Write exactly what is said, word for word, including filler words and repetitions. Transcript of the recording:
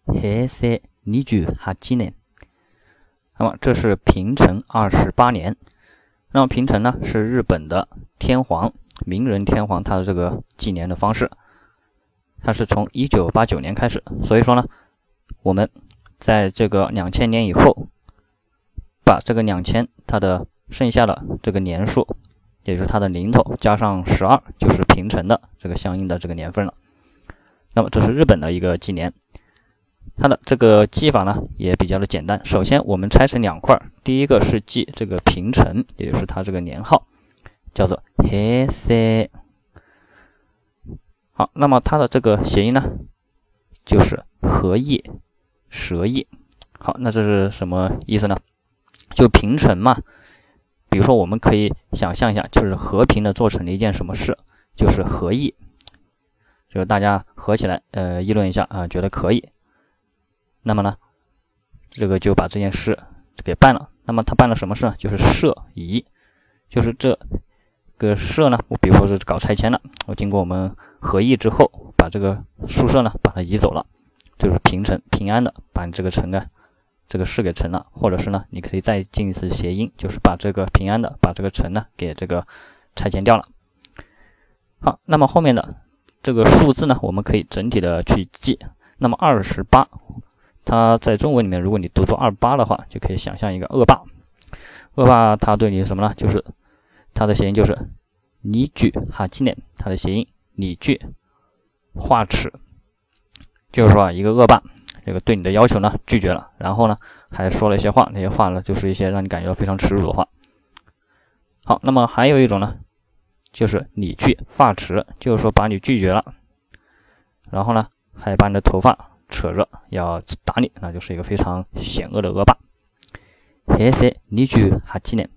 平成二十八年。那么这是平成二十八年。那么平成呢是日本的天皇明仁天皇他的这个纪年的方式，它是从一九八九年开始。所以说呢，我们在这个两千年以后，把这个两千它的剩下的这个年数，也就是它的零头加上十二，就是平成的这个相应的这个年份了。那么这是日本的一个纪年，它的这个记法呢也比较的简单。首先我们拆成两块，第一个是记这个平成，也就是它这个年号，叫做平成。好，那么它的这个谐音呢就是和义、舌义。好，那这是什么意思呢？就平成嘛，比如说我们可以想象一下，就是和平的做成了一件什么事，就是和义，就是大家合起来呃议论一下啊、呃，觉得可以，那么呢这个就把这件事给办了。那么他办了什么事呢？就是设移，就是这个社呢，我比如说是搞拆迁了，我经过我们合议之后，把这个宿舍呢把它移走了，就是平成平安的把你这个城啊这个市给成了。或者是呢你可以再进一次谐音，就是把这个平安的把这个城呢给这个拆迁掉了。好，那么后面的这个数字呢我们可以整体的去记。那么二十八它在中文里面如果你读作二八的话，就可以想象一个恶霸。恶霸它对你什么呢？就是它的谐音就是拟举哈纪念，它的谐音拟具画齿，就是说一个恶霸这个对你的要求呢拒绝了，然后呢还说了一些话，那些话呢就是一些让你感觉到非常耻辱的话。好，那么还有一种呢就是拟具发齿，就是说把你拒绝了，然后呢还把你的头发扯着要打你，那就是一个非常险恶的恶霸。平成二十八年。